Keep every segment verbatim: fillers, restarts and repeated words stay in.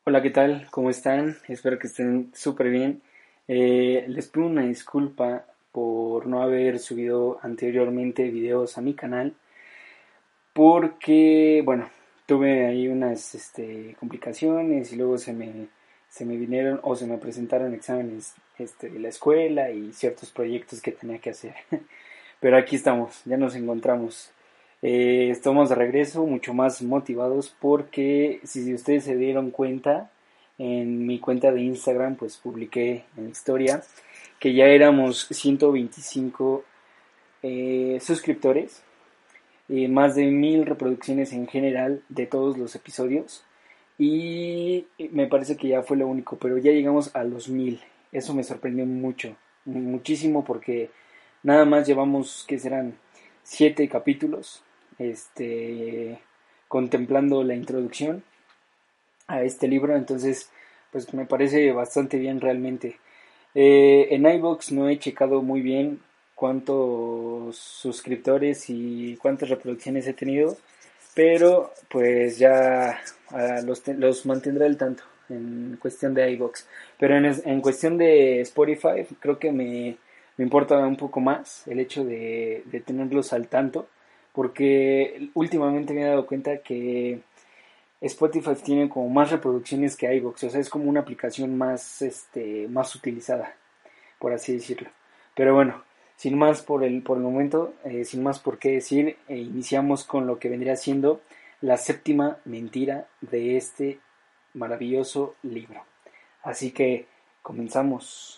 Hola, ¿qué tal? ¿Cómo están? Espero que estén súper bien. Eh, les pido una disculpa por no haber subido anteriormente videos a mi canal porque, bueno, tuve ahí unas este, complicaciones y luego se me, se me vinieron o se me presentaron exámenes este, de la escuela y ciertos proyectos que tenía que hacer. Pero aquí estamos, ya nos encontramos. Eh, estamos de regreso, mucho más motivados porque si ustedes se dieron cuenta, en mi cuenta de Instagram pues publiqué en la historia que ya éramos ciento veinticinco eh, suscriptores, eh, más de mil reproducciones en general de todos los episodios y me parece que ya fue lo único, pero ya llegamos a los mil. Eso me sorprendió mucho, muchísimo porque nada más llevamos que serán siete capítulos, este, contemplando la introducción a este libro, entonces pues me parece bastante bien realmente. Eh, en iVoox no he checado muy bien cuántos suscriptores y cuántas reproducciones he tenido, pero pues ya ah, los, te- los mantendré al tanto en cuestión de iVoox. Pero en, es- en cuestión de Spotify creo que me, me importa un poco más el hecho de, de tenerlos al tanto, porque últimamente me he dado cuenta que Spotify tiene como más reproducciones que iVoox, o sea, es como una aplicación más, este, más utilizada, por así decirlo. Pero bueno, sin más por el, por el momento, eh, sin más por qué decir, eh, iniciamos con lo que vendría siendo la séptima mentira de este maravilloso libro. Así que comenzamos.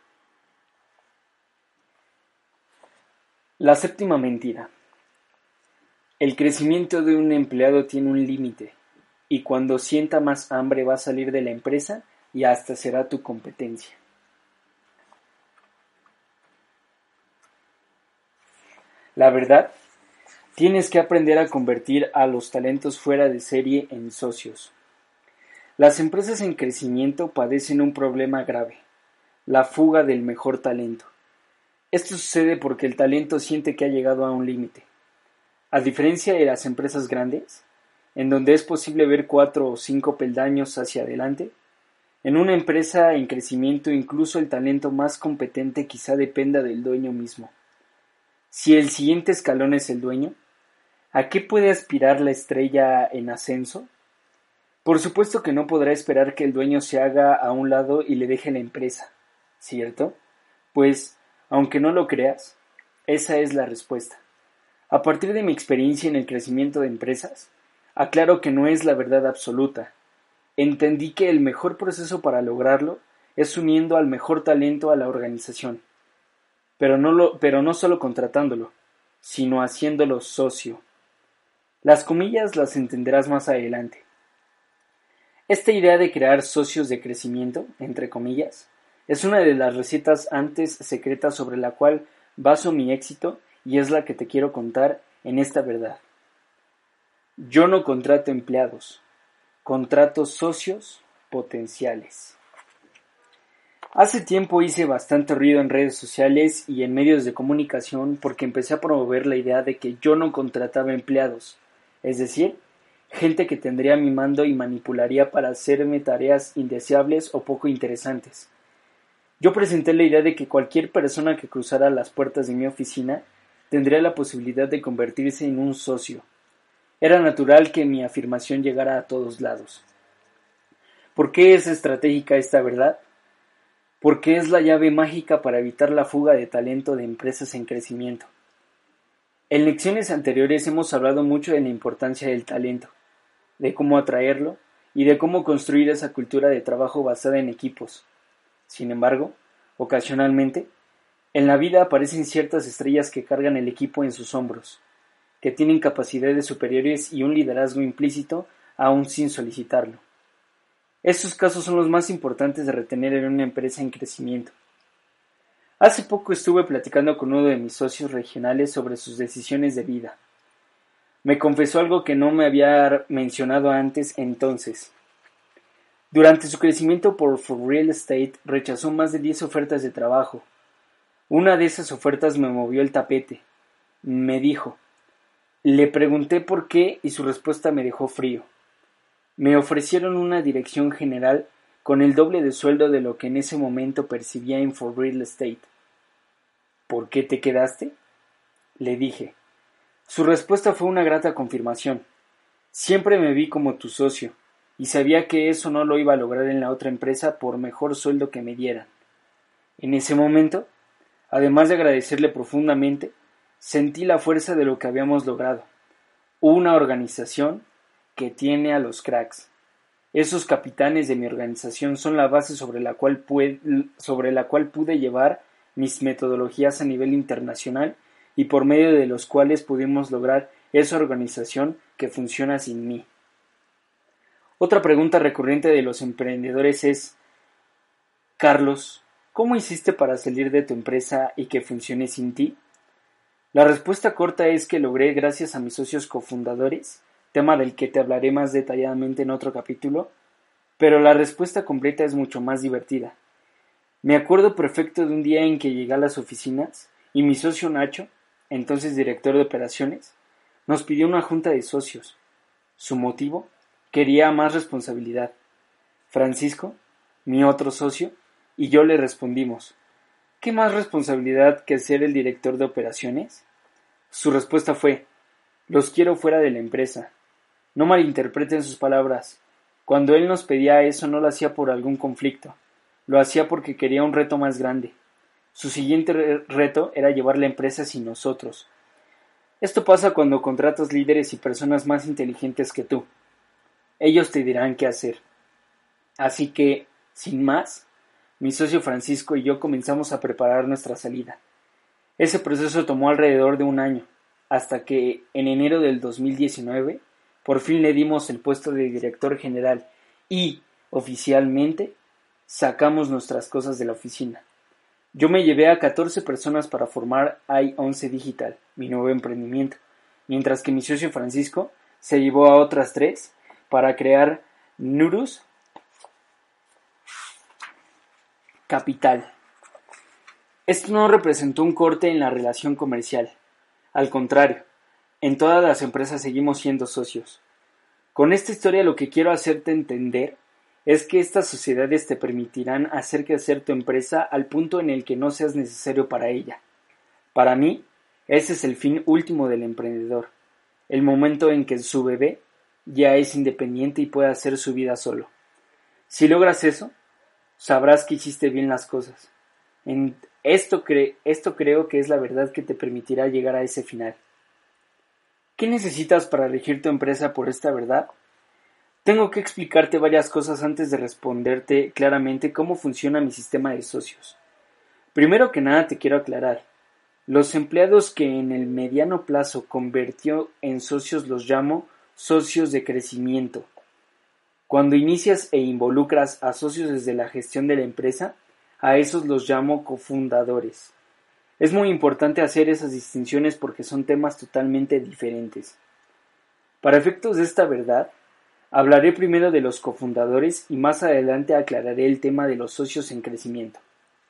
La séptima mentira. El crecimiento de un empleado tiene un límite, y cuando sienta más hambre va a salir de la empresa y hasta será tu competencia. La verdad, tienes que aprender a convertir a los talentos fuera de serie en socios. Las empresas en crecimiento padecen un problema grave: la fuga del mejor talento. Esto sucede porque el talento siente que ha llegado a un límite. A diferencia de las empresas grandes, en donde es posible ver cuatro o cinco peldaños hacia adelante, en una empresa en crecimiento incluso el talento más competente quizá dependa del dueño mismo. Si el siguiente escalón es el dueño, ¿a qué puede aspirar la estrella en ascenso? Por supuesto que no podrá esperar que el dueño se haga a un lado y le deje la empresa, ¿cierto? Pues, aunque no lo creas, esa es la respuesta. A partir de mi experiencia en el crecimiento de empresas, aclaro que no es la verdad absoluta. Entendí que el mejor proceso para lograrlo es uniendo al mejor talento a la organización, pero no, lo, pero no solo contratándolo, sino haciéndolo socio. Las comillas las entenderás más adelante. Esta idea de crear socios de crecimiento, entre comillas, es una de las recetas antes secretas sobre la cual baso mi éxito y es la que te quiero contar en esta verdad. Yo no contrato empleados, contrato socios potenciales. Hace tiempo hice bastante ruido en redes sociales y en medios de comunicación porque empecé a promover la idea de que yo no contrataba empleados, es decir, gente que tendría a mi mando y manipularía para hacerme tareas indeseables o poco interesantes. Yo presenté la idea de que cualquier persona que cruzara las puertas de mi oficina tendría la posibilidad de convertirse en un socio. Era natural que mi afirmación llegara a todos lados. ¿Por qué es estratégica esta verdad? Porque es la llave mágica para evitar la fuga de talento de empresas en crecimiento. En lecciones anteriores hemos hablado mucho de la importancia del talento, de cómo atraerlo y de cómo construir esa cultura de trabajo basada en equipos. Sin embargo, ocasionalmente, en la vida aparecen ciertas estrellas que cargan el equipo en sus hombros, que tienen capacidades superiores y un liderazgo implícito aún sin solicitarlo. Estos casos son los más importantes de retener en una empresa en crecimiento. Hace poco estuve platicando con uno de mis socios regionales sobre sus decisiones de vida. Me confesó algo que no me había mencionado antes entonces. Durante su crecimiento por For Real Estate rechazó más de diez ofertas de trabajo. Una de esas ofertas me movió el tapete. Me dijo. Le pregunté por qué y su respuesta me dejó frío. Me ofrecieron una dirección general con el doble de sueldo de lo que en ese momento percibía en For Real Estate. ¿Por qué te quedaste?, le dije. Su respuesta fue una grata confirmación. Siempre me vi como tu socio, y sabía que eso no lo iba a lograr en la otra empresa por mejor sueldo que me dieran. En ese momento, además de agradecerle profundamente, sentí la fuerza de lo que habíamos logrado. Una organización que tiene a los cracks. Esos capitanes de mi organización son la base sobre la cual pude, sobre la cual pude llevar mis metodologías a nivel internacional y por medio de los cuales pudimos lograr esa organización que funciona sin mí. Otra pregunta recurrente de los emprendedores es: Carlos, ¿cómo hiciste para salir de tu empresa y que funcione sin ti? La respuesta corta es que logré gracias a mis socios cofundadores, tema del que te hablaré más detalladamente en otro capítulo, pero la respuesta completa es mucho más divertida. Me acuerdo perfecto de un día en que llegué a las oficinas y mi socio Nacho, entonces director de operaciones, nos pidió una junta de socios. Su motivo: quería más responsabilidad. Francisco, mi otro socio, y yo le respondimos: ¿qué más responsabilidad que ser el director de operaciones? Su respuesta fue: los quiero fuera de la empresa. No malinterpreten sus palabras. Cuando él nos pedía eso no lo hacía por algún conflicto. Lo hacía porque quería un reto más grande. Su siguiente re- reto era llevar la empresa sin nosotros. Esto pasa cuando contratas líderes y personas más inteligentes que tú. Ellos te dirán qué hacer. Así que, sin más, mi socio Francisco y yo comenzamos a preparar nuestra salida. Ese proceso tomó alrededor de un año, hasta que, en enero del dos mil diecinueve, por fin le dimos el puesto de director general y, oficialmente, sacamos nuestras cosas de la oficina. Yo me llevé a catorce personas para formar i once Digital, mi nuevo emprendimiento, mientras que mi socio Francisco se llevó a otras tres para crear Nurus Capital. Esto no representó un corte en la relación comercial. Al contrario, en todas las empresas seguimos siendo socios. Con esta historia lo que quiero hacerte entender es que estas sociedades te permitirán hacer crecer tu empresa al punto en el que no seas necesario para ella. Para mí, ese es el fin último del emprendedor, el momento en que su bebé ya es independiente y puede hacer su vida solo. Si logras eso, sabrás que hiciste bien las cosas. En esto, cre- esto creo que es la verdad que te permitirá llegar a ese final. ¿Qué necesitas para regir tu empresa por esta verdad? Tengo que explicarte varias cosas antes de responderte claramente cómo funciona mi sistema de socios. Primero que nada te quiero aclarar, los empleados que en el mediano plazo convirtió en socios los llamo socios de crecimiento. Cuando inicias e involucras a socios desde la gestión de la empresa, a esos los llamo cofundadores. Es muy importante hacer esas distinciones porque son temas totalmente diferentes. Para efectos de esta verdad, hablaré primero de los cofundadores y más adelante aclararé el tema de los socios en crecimiento.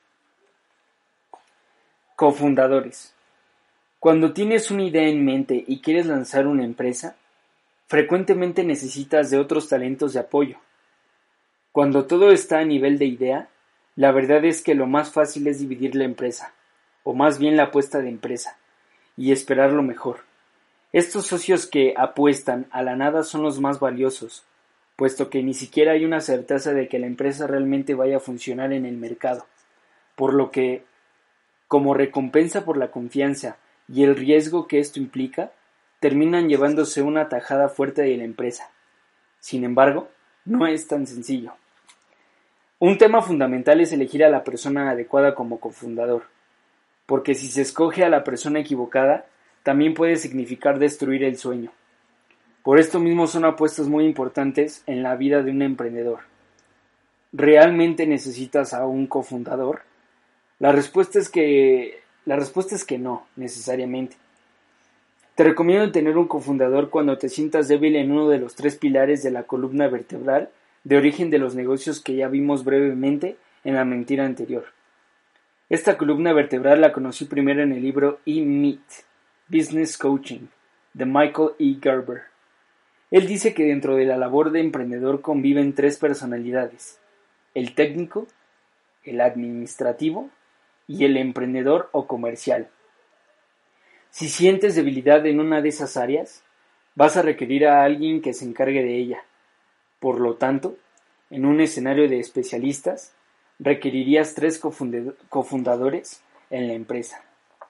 Cofundadores. Cuando tienes una idea en mente y quieres lanzar una empresa, frecuentemente necesitas de otros talentos de apoyo. Cuando todo está a nivel de idea, la verdad es que lo más fácil es dividir la empresa, o más bien la apuesta de empresa, y esperar lo mejor. Estos socios que apuestan a la nada son los más valiosos, puesto que ni siquiera hay una certeza de que la empresa realmente vaya a funcionar en el mercado, por lo que, como recompensa por la confianza y el riesgo que esto implica, terminan llevándose una tajada fuerte de la empresa. Sin embargo, no es tan sencillo. Un tema fundamental es elegir a la persona adecuada como cofundador, porque si se escoge a la persona equivocada, también puede significar destruir el sueño. Por esto mismo son apuestas muy importantes en la vida de un emprendedor. ¿Realmente necesitas a un cofundador? La respuesta es que, la respuesta es que no, necesariamente. Te recomiendo tener un cofundador cuando te sientas débil en uno de los tres pilares de la columna vertebral de origen de los negocios que ya vimos brevemente en la mentira anterior. Esta columna vertebral la conocí primero en el libro E-Myth, Business Coaching, de Michael E. Gerber. Él dice que dentro de la labor de emprendedor conviven tres personalidades: el técnico, el administrativo y el emprendedor o comercial. Si sientes debilidad en una de esas áreas, vas a requerir a alguien que se encargue de ella. Por lo tanto, en un escenario de especialistas, requerirías tres cofundadores en la empresa.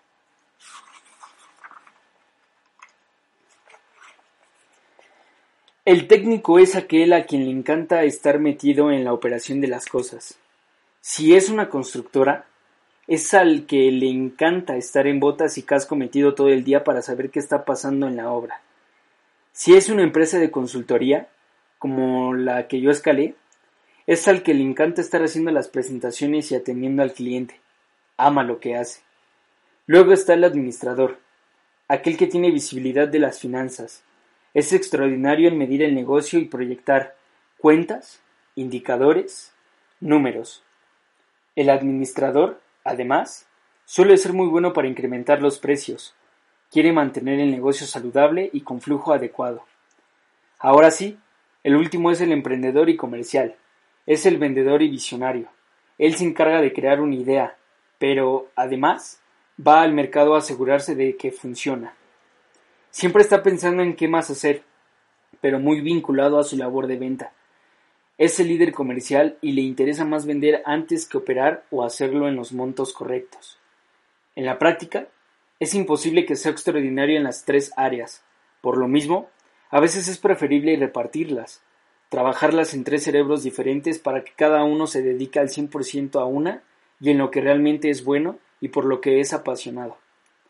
El técnico es aquel a quien le encanta estar metido en la operación de las cosas. Si es una constructora, es al que le encanta estar en botas y casco metido todo el día para saber qué está pasando en la obra. Si es una empresa de consultoría, como la que yo escalé, es al que le encanta estar haciendo las presentaciones y atendiendo al cliente. Ama lo que hace. Luego está el administrador, aquel que tiene visibilidad de las finanzas. Es extraordinario en medir el negocio y proyectar cuentas, indicadores, números. El administrador, además, suele ser muy bueno para incrementar los precios. Quiere mantener el negocio saludable y con flujo adecuado. Ahora sí, el último es el emprendedor y comercial. Es el vendedor y visionario. Él se encarga de crear una idea, pero, además, va al mercado a asegurarse de que funciona. Siempre está pensando en qué más hacer, pero muy vinculado a su labor de venta. Es el líder comercial y le interesa más vender antes que operar o hacerlo en los montos correctos. En la práctica, es imposible que sea extraordinario en las tres áreas. Por lo mismo, a veces es preferible repartirlas, trabajarlas en tres cerebros diferentes para que cada uno se dedique al cien por ciento a una y en lo que realmente es bueno y por lo que es apasionado.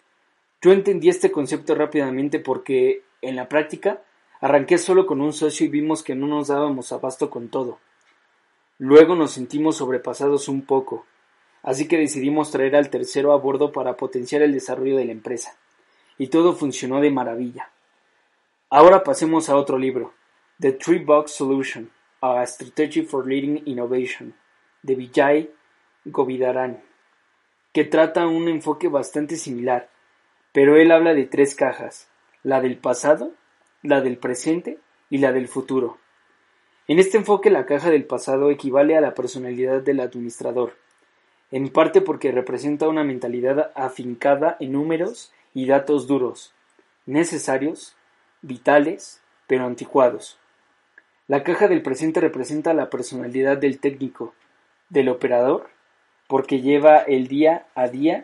Yo entendí este concepto rápidamente porque, en la práctica, arranqué solo con un socio y vimos que no nos dábamos abasto con todo. Luego nos sentimos sobrepasados un poco, así que decidimos traer al tercero a bordo para potenciar el desarrollo de la empresa. Y todo funcionó de maravilla. Ahora pasemos a otro libro, The Three Box Solution, A Strategy for Leading Innovation, de Vijay Govindarayan, que trata un enfoque bastante similar, pero él habla de tres cajas: la del pasado, la del presente y la del futuro. En este enfoque, la caja del pasado equivale a la personalidad del administrador, en parte porque representa una mentalidad afincada en números y datos duros, necesarios, vitales, pero anticuados. La caja del presente representa la personalidad del técnico, del operador, porque lleva el día a día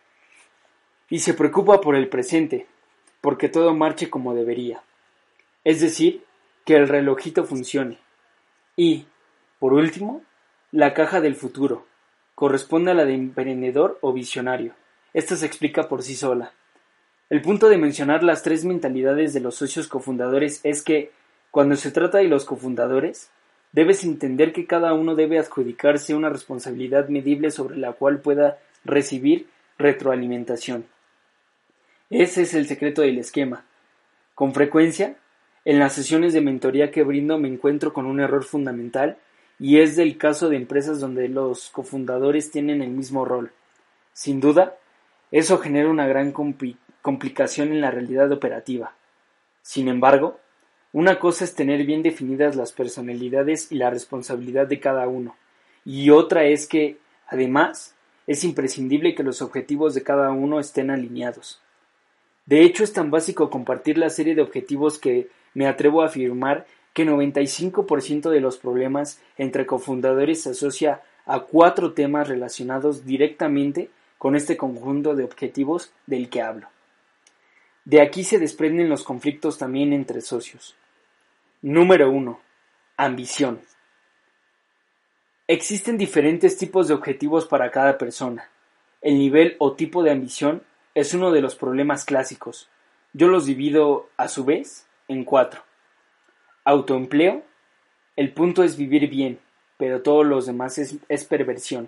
y se preocupa por el presente, porque todo marche como debería. Es decir, que el relojito funcione. Y, por último, la caja del futuro. Corresponde a la de emprendedor o visionario. Esta se explica por sí sola. El punto de mencionar las tres mentalidades de los socios cofundadores es que, cuando se trata de los cofundadores, debes entender que cada uno debe adjudicarse una responsabilidad medible sobre la cual pueda recibir retroalimentación. Ese es el secreto del esquema. Con frecuencia, en las sesiones de mentoría que brindo me encuentro con un error fundamental y es del caso de empresas donde los cofundadores tienen el mismo rol. Sin duda, eso genera una gran compli- complicación en la realidad operativa. Sin embargo, una cosa es tener bien definidas las personalidades y la responsabilidad de cada uno, y otra es que, además, es imprescindible que los objetivos de cada uno estén alineados. De hecho, es tan básico compartir la serie de objetivos que me atrevo a afirmar que noventa y cinco por ciento de los problemas entre cofundadores se asocia a cuatro temas relacionados directamente con este conjunto de objetivos del que hablo. De aquí se desprenden los conflictos también entre socios. Número uno. Ambición. Existen diferentes tipos de objetivos para cada persona. El nivel o tipo de ambición es uno de los problemas clásicos. Yo los divido, a su vez, en cuatro. Autoempleo. El punto es vivir bien, pero todo lo demás es, es perversión.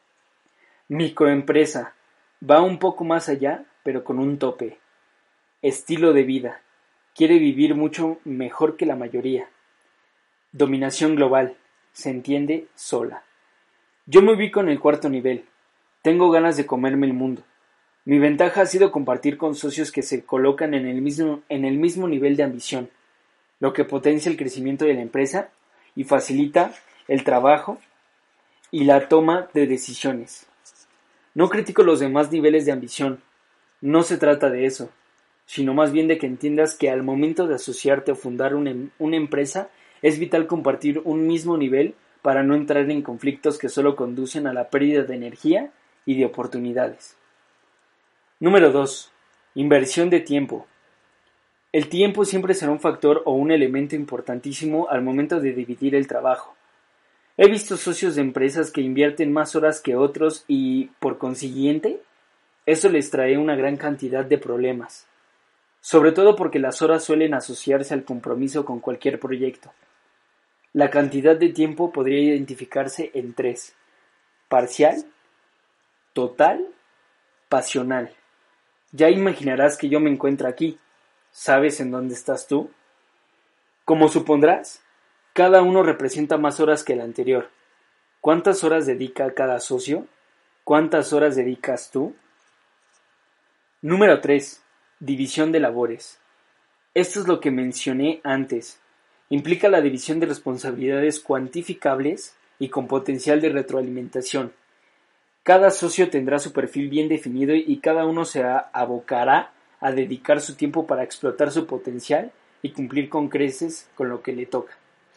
Microempresa. Va un poco más allá, pero con un tope. Estilo de vida. Quiere vivir mucho mejor que la mayoría. Dominación global. Se entiende sola. Yo me ubico en el cuarto nivel. Tengo ganas de comerme el mundo. Mi ventaja ha sido compartir con socios que se colocan en el mismo, en el mismo nivel de ambición. lo que potencia el crecimiento de la empresa y facilita el trabajo y la toma de decisiones. No critico los demás niveles de ambición, no se trata de eso, sino más bien de que entiendas que al momento de asociarte o fundar una, una empresa es vital compartir un mismo nivel para no entrar en conflictos que solo conducen a la pérdida de energía y de oportunidades. Número dos. Inversión de tiempo. El tiempo siempre será un factor o un elemento importantísimo al momento de dividir el trabajo. He visto socios de empresas que invierten más horas que otros y, por consiguiente, eso les trae una gran cantidad de problemas, sobre todo porque las horas suelen asociarse al compromiso con cualquier proyecto. La cantidad de tiempo podría identificarse en tres: parcial, total, pasional. Ya imaginarás que yo me encuentro aquí. ¿Sabes en dónde estás tú? Como supondrás, cada uno representa más horas que el anterior. ¿Cuántas horas dedica cada socio? ¿Cuántas horas dedicas tú? Número tres. División de labores. Esto es lo que mencioné antes. Implica la división de responsabilidades cuantificables y con potencial de retroalimentación. Cada socio tendrá su perfil bien definido y cada uno se abocará a dedicar su tiempo para explotar su potencial y cumplir con creces con lo que le toca.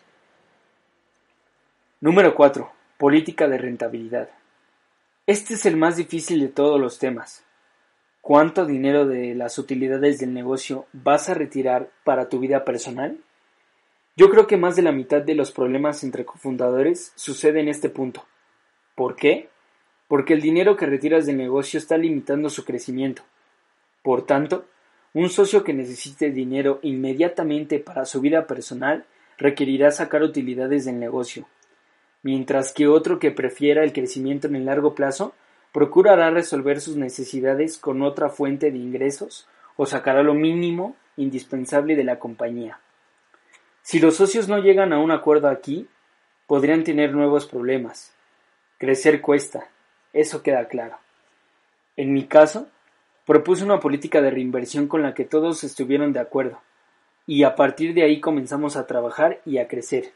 Número cuatro. Política de rentabilidad. Este es el más difícil de todos los temas. ¿Cuánto dinero de las utilidades del negocio vas a retirar para tu vida personal? Yo creo que más de la mitad de los problemas entre cofundadores sucede en este punto. ¿Por qué? Porque el dinero que retiras del negocio está limitando su crecimiento. Por tanto, un socio que necesite dinero inmediatamente para su vida personal requerirá sacar utilidades del negocio, mientras que otro que prefiera el crecimiento en el largo plazo procurará resolver sus necesidades con otra fuente de ingresos o sacará lo mínimo indispensable de la compañía. Si los socios no llegan a un acuerdo aquí, podrían tener nuevos problemas. Crecer cuesta, eso queda claro. En mi caso, propuse una política de reinversión con la que todos estuvieron de acuerdo, y a partir de ahí comenzamos a trabajar y a crecer.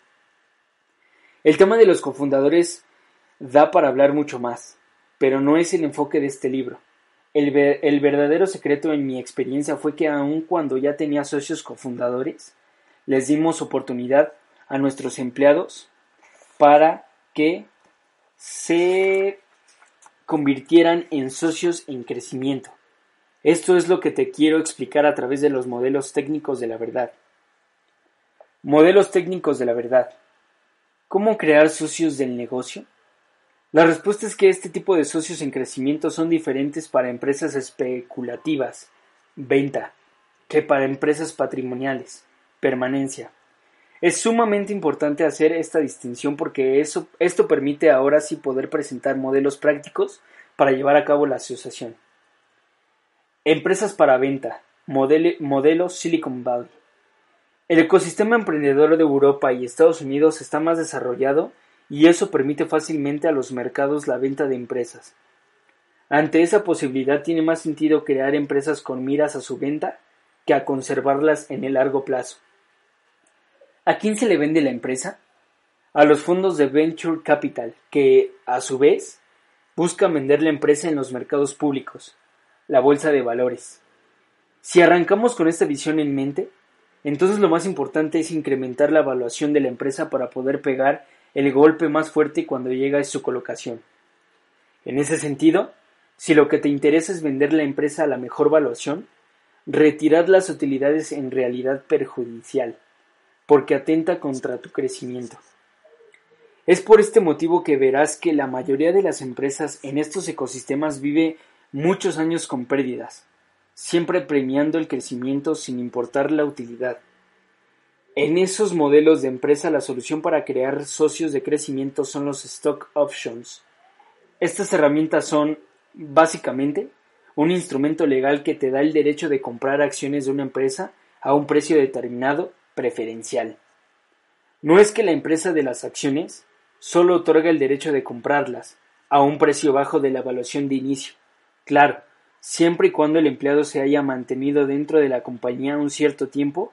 El tema de los cofundadores da para hablar mucho más, pero no es el enfoque de este libro. El, ver, el verdadero secreto en mi experiencia fue que aun cuando ya tenía socios cofundadores, les dimos oportunidad a nuestros empleados para que se convirtieran en socios en crecimiento. Esto es lo que te quiero explicar a través de los modelos técnicos de la verdad. Modelos técnicos de la verdad. ¿Cómo crear socios del negocio? La respuesta es que este tipo de socios en crecimiento son diferentes para empresas especulativas, venta, que para empresas patrimoniales, permanencia. Es sumamente importante hacer esta distinción porque eso, esto permite ahora sí poder presentar modelos prácticos para llevar a cabo la asociación. Empresas para venta, modelo, modelo Silicon Valley. El ecosistema emprendedor de Europa y Estados Unidos está más desarrollado y eso permite fácilmente a los mercados la venta de empresas. Ante esa posibilidad tiene más sentido crear empresas con miras a su venta que a conservarlas en el largo plazo. ¿A quién se le vende la empresa? A los fondos de Venture Capital, que, a su vez, buscan vender la empresa en los mercados públicos, la bolsa de valores. Si arrancamos con esta visión en mente, entonces lo más importante es incrementar la evaluación de la empresa para poder pegar el golpe más fuerte cuando llega a su colocación. En ese sentido, si lo que te interesa es vender la empresa a la mejor valuación, retirar las utilidades en realidad perjudicial, porque atenta contra tu crecimiento. Es por este motivo que verás que la mayoría de las empresas en estos ecosistemas vive muchos años con pérdidas, siempre premiando el crecimiento sin importar la utilidad. En esos modelos de empresa la solución para crear socios de crecimiento son los stock options. Estas herramientas son, básicamente, un instrumento legal que te da el derecho de comprar acciones de una empresa a un precio determinado preferencial. No es que la empresa de las acciones solo otorga el derecho de comprarlas a un precio bajo de la evaluación de inicio. Claro, siempre y cuando el empleado se haya mantenido dentro de la compañía un cierto tiempo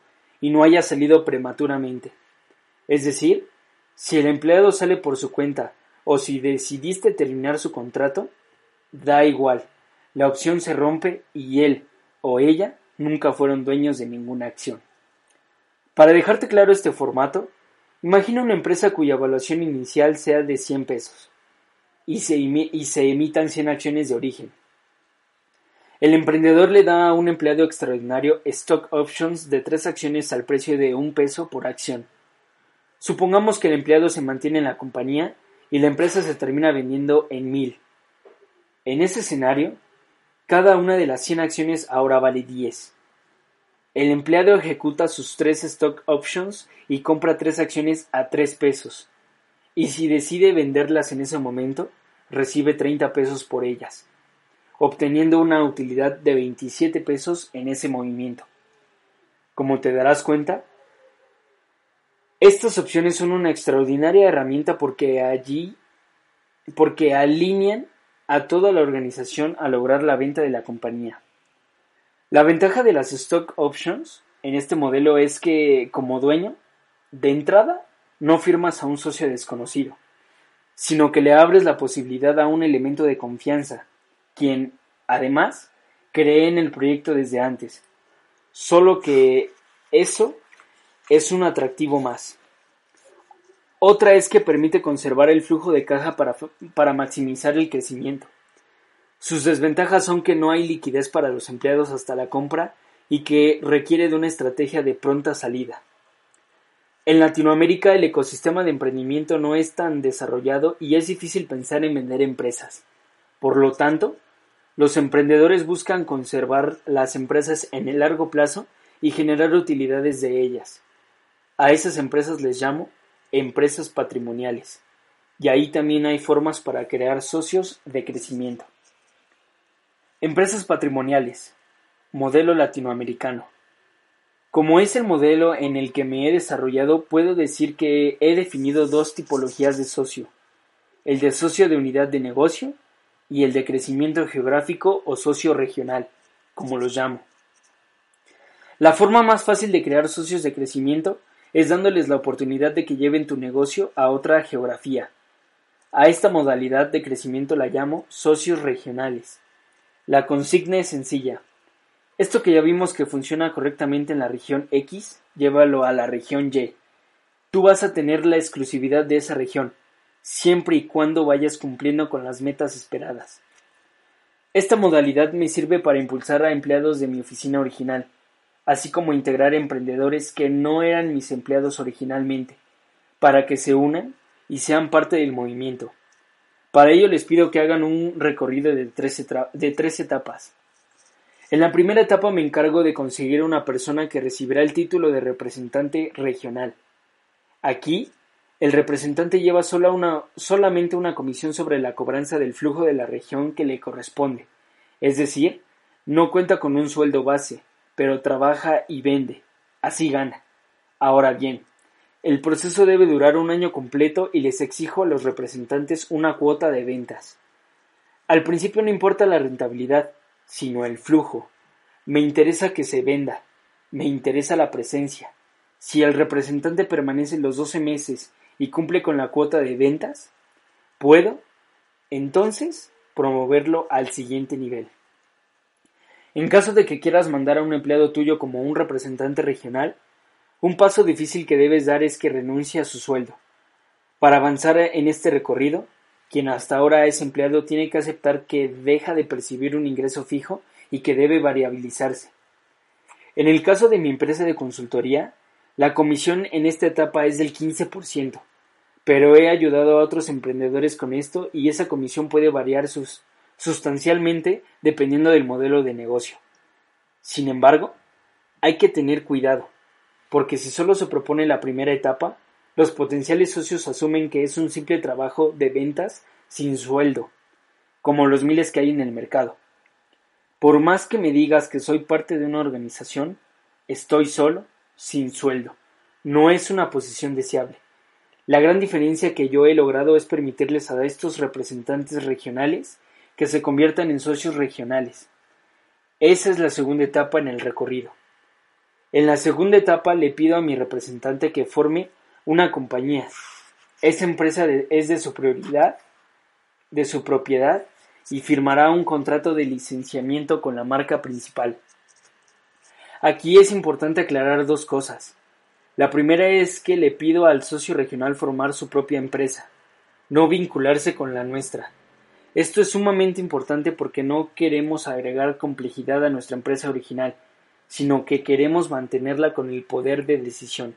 y no haya salido prematuramente. Es decir, si el empleado sale por su cuenta o si decidiste terminar su contrato, da igual, la opción se rompe y él o ella nunca fueron dueños de ninguna acción. Para dejarte claro este formato, imagina una empresa cuya evaluación inicial sea de cien pesos y se, y se emitan cien acciones de origen. El emprendedor le da a un empleado extraordinario stock options de tres acciones al precio de un peso por acción. Supongamos que el empleado se mantiene en la compañía y la empresa se termina vendiendo en mil. En ese escenario, cada una de las cien acciones ahora vale diez. El empleado ejecuta sus tres stock options y compra tres acciones a tres pesos. Y si decide venderlas en ese momento, recibe treinta pesos por ellas, obteniendo una utilidad de veintisiete pesos en ese movimiento. Como te darás cuenta, estas opciones son una extraordinaria herramienta porque allí, porque alinean a toda la organización a lograr la venta de la compañía. La ventaja de las stock options en este modelo es que, como dueño, de entrada, no firmas a un socio desconocido, sino que le abres la posibilidad a un elemento de confianza, quien, además, cree en el proyecto desde antes, solo que eso es un atractivo más. Otra es que permite conservar el flujo de caja para, para maximizar el crecimiento. Sus desventajas son que no hay liquidez para los empleados hasta la compra y que requiere de una estrategia de pronta salida. En Latinoamérica el ecosistema de emprendimiento no es tan desarrollado y es difícil pensar en vender empresas. Por lo tanto, los emprendedores buscan conservar las empresas en el largo plazo y generar utilidades de ellas. A esas empresas les llamo empresas patrimoniales, y ahí también hay formas para crear socios de crecimiento. Empresas patrimoniales, modelo latinoamericano. Como es el modelo en el que me he desarrollado, puedo decir que he definido dos tipologías de socio, el de socio de unidad de negocio y el de crecimiento geográfico o socio regional, como los llamo. La forma más fácil de crear socios de crecimiento es dándoles la oportunidad de que lleven tu negocio a otra geografía. A esta modalidad de crecimiento la llamo socios regionales. La consigna es sencilla. Esto que ya vimos que funciona correctamente en la región X, llévalo a la región Y. Tú vas a tener la exclusividad de esa región, siempre y cuando vayas cumpliendo con las metas esperadas. Esta modalidad me sirve para impulsar a empleados de mi oficina original, así como integrar emprendedores que no eran mis empleados originalmente, para que se unan y sean parte del movimiento. Para ello les pido que hagan un recorrido de tres, etra- de tres etapas. En la primera etapa me encargo de conseguir una persona que recibirá el título de representante regional. Aquí, el representante lleva sola una, solamente una comisión sobre la cobranza del flujo de la región que le corresponde, es decir, no cuenta con un sueldo base, pero trabaja y vende, así gana. Ahora bien, el proceso debe durar un año completo y les exijo a los representantes una cuota de ventas. Al principio no importa la rentabilidad, sino el flujo. Me interesa que se venda, me interesa la presencia. Si el representante permanece los doce meses y cumple con la cuota de ventas, puedo, entonces, promoverlo al siguiente nivel. En caso de que quieras mandar a un empleado tuyo como un representante regional, un paso difícil que debes dar es que renuncie a su sueldo. Para avanzar en este recorrido, quien hasta ahora es empleado tiene que aceptar que deja de percibir un ingreso fijo y que debe variabilizarse. En el caso de mi empresa de consultoría, la comisión en esta etapa es del quince por ciento, pero he ayudado a otros emprendedores con esto y esa comisión puede variar sus sustancialmente dependiendo del modelo de negocio. Sin embargo, hay que tener cuidado, porque si solo se propone la primera etapa, los potenciales socios asumen que es un simple trabajo de ventas sin sueldo, como los miles que hay en el mercado. Por más que me digas que soy parte de una organización, estoy solo, sin sueldo. No es una posición deseable. La gran diferencia que yo he logrado es permitirles a estos representantes regionales que se conviertan en socios regionales. Esa es la segunda etapa en el recorrido. En la segunda etapa le pido a mi representante que forme una compañía. Esa empresa de, es de su prioridad, de su propiedad y firmará un contrato de licenciamiento con la marca principal. Aquí es importante aclarar dos cosas. La primera es que le pido al socio regional formar su propia empresa, no vincularse con la nuestra. Esto es sumamente importante porque no queremos agregar complejidad a nuestra empresa original, sino que queremos mantenerla con el poder de decisión.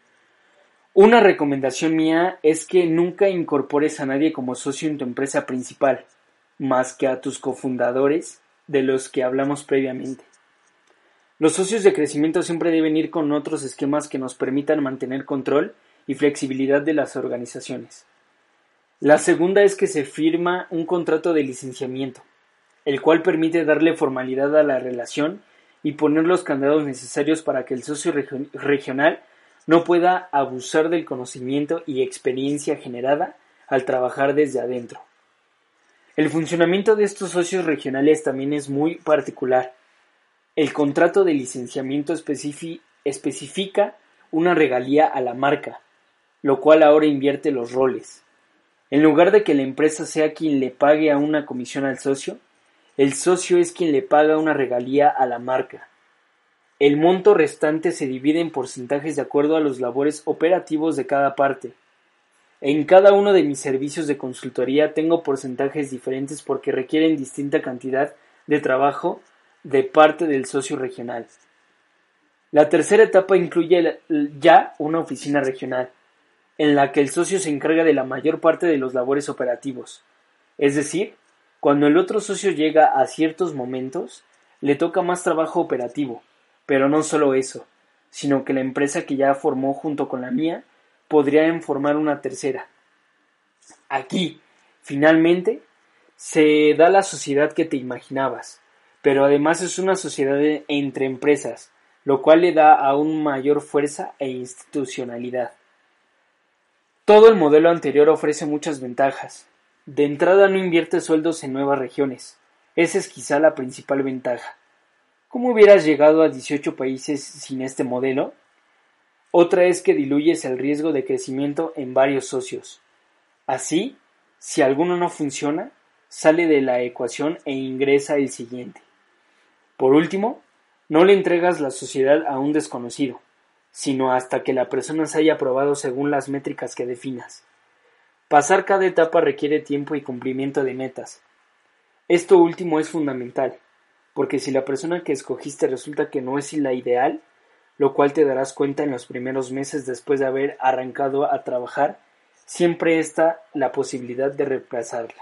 Una recomendación mía es que nunca incorpores a nadie como socio en tu empresa principal, más que a tus cofundadores de los que hablamos previamente. Los socios de crecimiento siempre deben ir con otros esquemas que nos permitan mantener control y flexibilidad de las organizaciones. La segunda es que se firma un contrato de licenciamiento, el cual permite darle formalidad a la relación y poner los candados necesarios para que el socio regi- regional no pueda abusar del conocimiento y experiencia generada al trabajar desde adentro. El funcionamiento de estos socios regionales también es muy particular. El contrato de licenciamiento especifi- especifica una regalía a la marca, lo cual ahora invierte los roles. En lugar de que la empresa sea quien le pague a una comisión al socio, el socio es quien le paga una regalía a la marca. El monto restante se divide en porcentajes de acuerdo a los labores operativos de cada parte. En cada uno de mis servicios de consultoría tengo porcentajes diferentes porque requieren distinta cantidad de trabajo de parte del socio regional. La tercera etapa incluye ya una oficina regional, en la que el socio se encarga de la mayor parte de los labores operativos. Es decir, cuando el otro socio llega a ciertos momentos, le toca más trabajo operativo, pero no solo eso, sino que la empresa que ya formó junto con la mía podría formar una tercera. Aquí, finalmente, se da la sociedad que te imaginabas, pero además es una sociedad entre empresas, lo cual le da aún mayor fuerza e institucionalidad. Todo el modelo anterior ofrece muchas ventajas. De entrada no invierte sueldos en nuevas regiones. Esa es quizá la principal ventaja. ¿Cómo hubieras llegado a dieciocho países sin este modelo? Otra es que diluyes el riesgo de crecimiento en varios socios. Así, si alguno no funciona, sale de la ecuación e ingresa el siguiente. Por último, no le entregas la sociedad a un desconocido, sino hasta que la persona se haya aprobado según las métricas que definas. Pasar cada etapa requiere tiempo y cumplimiento de metas. Esto último es fundamental, porque si la persona que escogiste resulta que no es la ideal, lo cual te darás cuenta en los primeros meses después de haber arrancado a trabajar, siempre está la posibilidad de reemplazarla.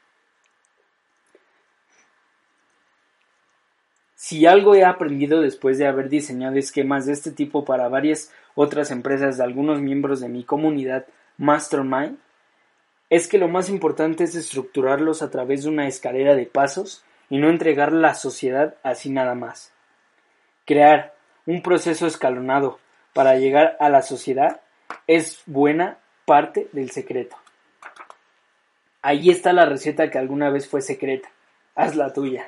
Si algo he aprendido después de haber diseñado esquemas de este tipo para varias otras empresas de algunos miembros de mi comunidad Mastermind, es que lo más importante es estructurarlos a través de una escalera de pasos y no entregar la sociedad así nada más. Crear un proceso escalonado para llegar a la sociedad es buena parte del secreto. Ahí está la receta que alguna vez fue secreta. Haz la tuya.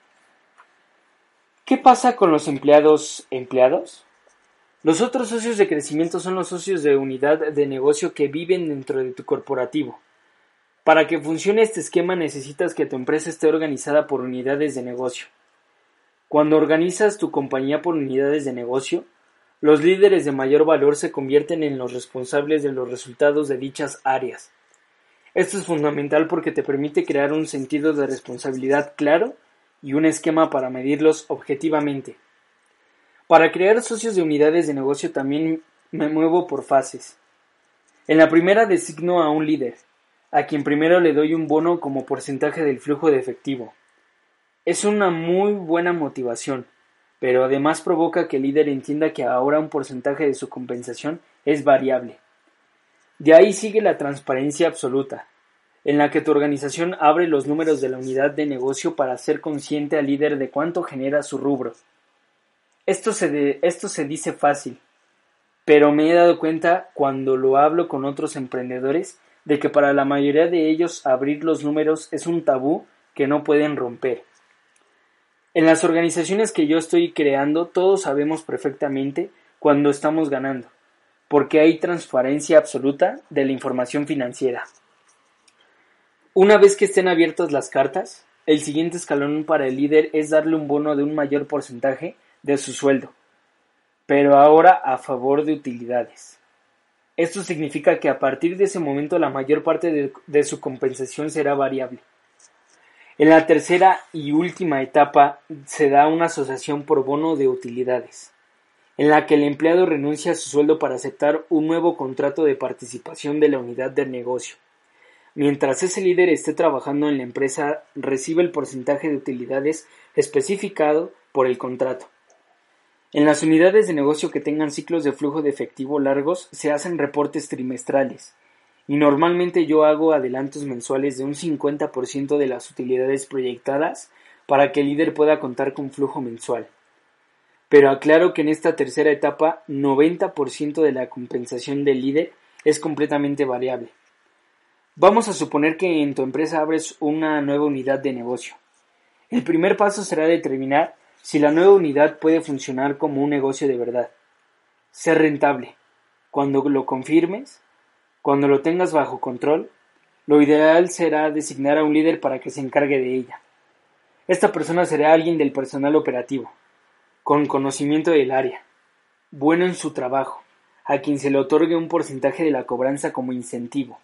¿Qué pasa con los empleados empleados? Los otros socios de crecimiento son los socios de unidad de negocio que viven dentro de tu corporativo. Para que funcione este esquema necesitas que tu empresa esté organizada por unidades de negocio. Cuando organizas tu compañía por unidades de negocio, los líderes de mayor valor se convierten en los responsables de los resultados de dichas áreas. Esto es fundamental porque te permite crear un sentido de responsabilidad claro y un esquema para medirlos objetivamente. Para crear socios de unidades de negocio también me muevo por fases. En la primera designo a un líder, a quien primero le doy un bono como porcentaje del flujo de efectivo. Es una muy buena motivación, pero además provoca que el líder entienda que ahora un porcentaje de su compensación es variable. De ahí sigue la transparencia absoluta, en la que tu organización abre los números de la unidad de negocio para hacer consciente al líder de cuánto genera su rubro. Esto se, de, esto se dice fácil, pero me he dado cuenta cuando lo hablo con otros emprendedores de que para la mayoría de ellos abrir los números es un tabú que no pueden romper. En las organizaciones que yo estoy creando, todos sabemos perfectamente cuando estamos ganando, porque hay transparencia absoluta de la información financiera. Una vez que estén abiertas las cartas, el siguiente escalón para el líder es darle un bono de un mayor porcentaje de su sueldo, pero ahora a favor de utilidades. Esto significa que a partir de ese momento la mayor parte de, de su compensación será variable. En la tercera y última etapa se da una asociación por bono de utilidades, en la que el empleado renuncia a su sueldo para aceptar un nuevo contrato de participación de la unidad del negocio. Mientras ese líder esté trabajando en la empresa, recibe el porcentaje de utilidades especificado por el contrato. En las unidades de negocio que tengan ciclos de flujo de efectivo largos, se hacen reportes trimestrales, y normalmente yo hago adelantos mensuales de un cincuenta por ciento de las utilidades proyectadas para que el líder pueda contar con flujo mensual. Pero aclaro que en esta tercera etapa, noventa por ciento de la compensación del líder es completamente variable. Vamos a suponer que en tu empresa abres una nueva unidad de negocio. El primer paso será determinar si la nueva unidad puede funcionar como un negocio de verdad. Ser rentable. Cuando lo confirmes, cuando lo tengas bajo control, lo ideal será designar a un líder para que se encargue de ella. Esta persona será alguien del personal operativo, con conocimiento del área, bueno en su trabajo, a quien se le otorgue un porcentaje de la cobranza como incentivo.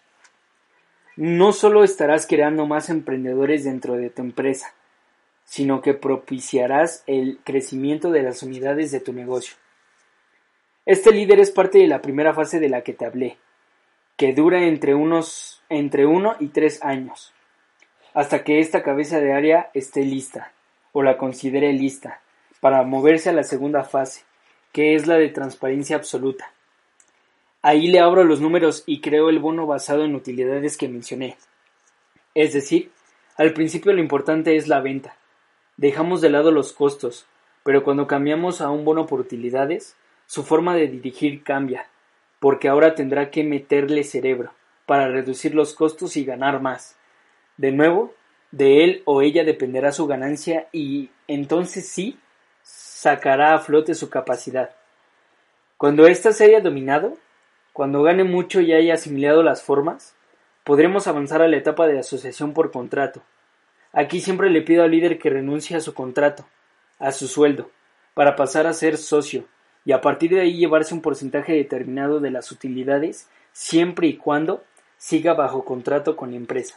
No solo estarás creando más emprendedores dentro de tu empresa, sino que propiciarás el crecimiento de las unidades de tu negocio. Este líder es parte de la primera fase de la que te hablé, que dura entre unos entre uno y tres años, hasta que esta cabeza de área esté lista, o la considere lista, para moverse a la segunda fase, que es la de transparencia absoluta. Ahí le abro los números y creo el bono basado en utilidades que mencioné. Es decir, al principio lo importante es la venta. Dejamos de lado los costos, pero cuando cambiamos a un bono por utilidades, su forma de dirigir cambia, porque ahora tendrá que meterle cerebro para reducir los costos y ganar más. De nuevo, de él o ella dependerá su ganancia y entonces sí sacará a flote su capacidad. Cuando ésta se haya dominado, cuando gane mucho y haya asimilado las formas, podremos avanzar a la etapa de asociación por contrato. Aquí siempre le pido al líder que renuncie a su contrato, a su sueldo, para pasar a ser socio, y a partir de ahí llevarse un porcentaje determinado de las utilidades, siempre y cuando siga bajo contrato con la empresa.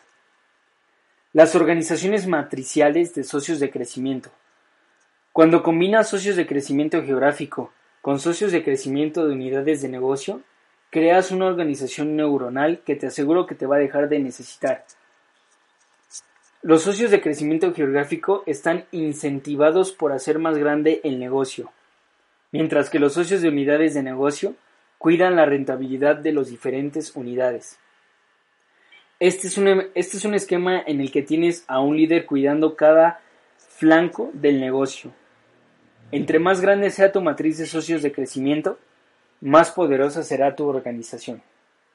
Las organizaciones matriciales de socios de crecimiento. Cuando combinas socios de crecimiento geográfico con socios de crecimiento de unidades de negocio, creas una organización neuronal que te aseguro que te va a dejar de necesitar. Los socios de crecimiento geográfico están incentivados por hacer más grande el negocio, mientras que los socios de unidades de negocio cuidan la rentabilidad de las diferentes unidades. Este es, un, este es un esquema en el que tienes a un líder cuidando cada flanco del negocio. Entre más grande sea tu matriz de socios de crecimiento, más poderosa será tu organización.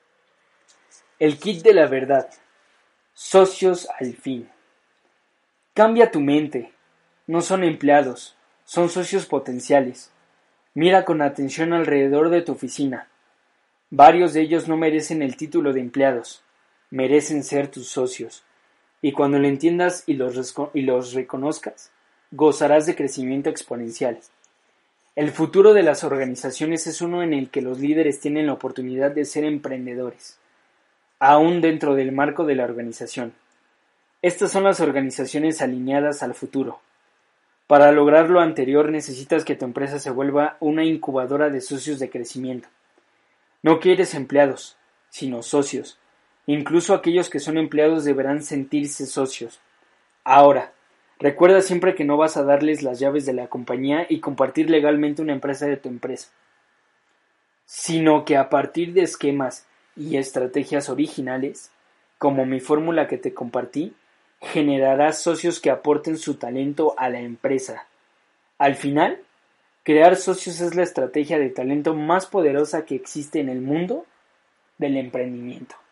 El kit de la verdad. Socios al fin. Cambia tu mente. No son empleados, son socios potenciales. Mira con atención alrededor de tu oficina. Varios de ellos no merecen el título de empleados, merecen ser tus socios. Y cuando lo entiendas y los, y los reconozcas, gozarás de crecimiento exponencial. El futuro de las organizaciones es uno en el que los líderes tienen la oportunidad de ser emprendedores, aún dentro del marco de la organización. Estas son las organizaciones alineadas al futuro. Para lograr lo anterior necesitas que tu empresa se vuelva una incubadora de socios de crecimiento. No quieres empleados, sino socios. Incluso aquellos que son empleados deberán sentirse socios. Ahora, recuerda siempre que no vas a darles las llaves de la compañía y compartir legalmente una empresa de tu empresa, sino que a partir de esquemas y estrategias originales, como mi fórmula que te compartí, generarás socios que aporten su talento a la empresa. Al final, crear socios es la estrategia de talento más poderosa que existe en el mundo del emprendimiento.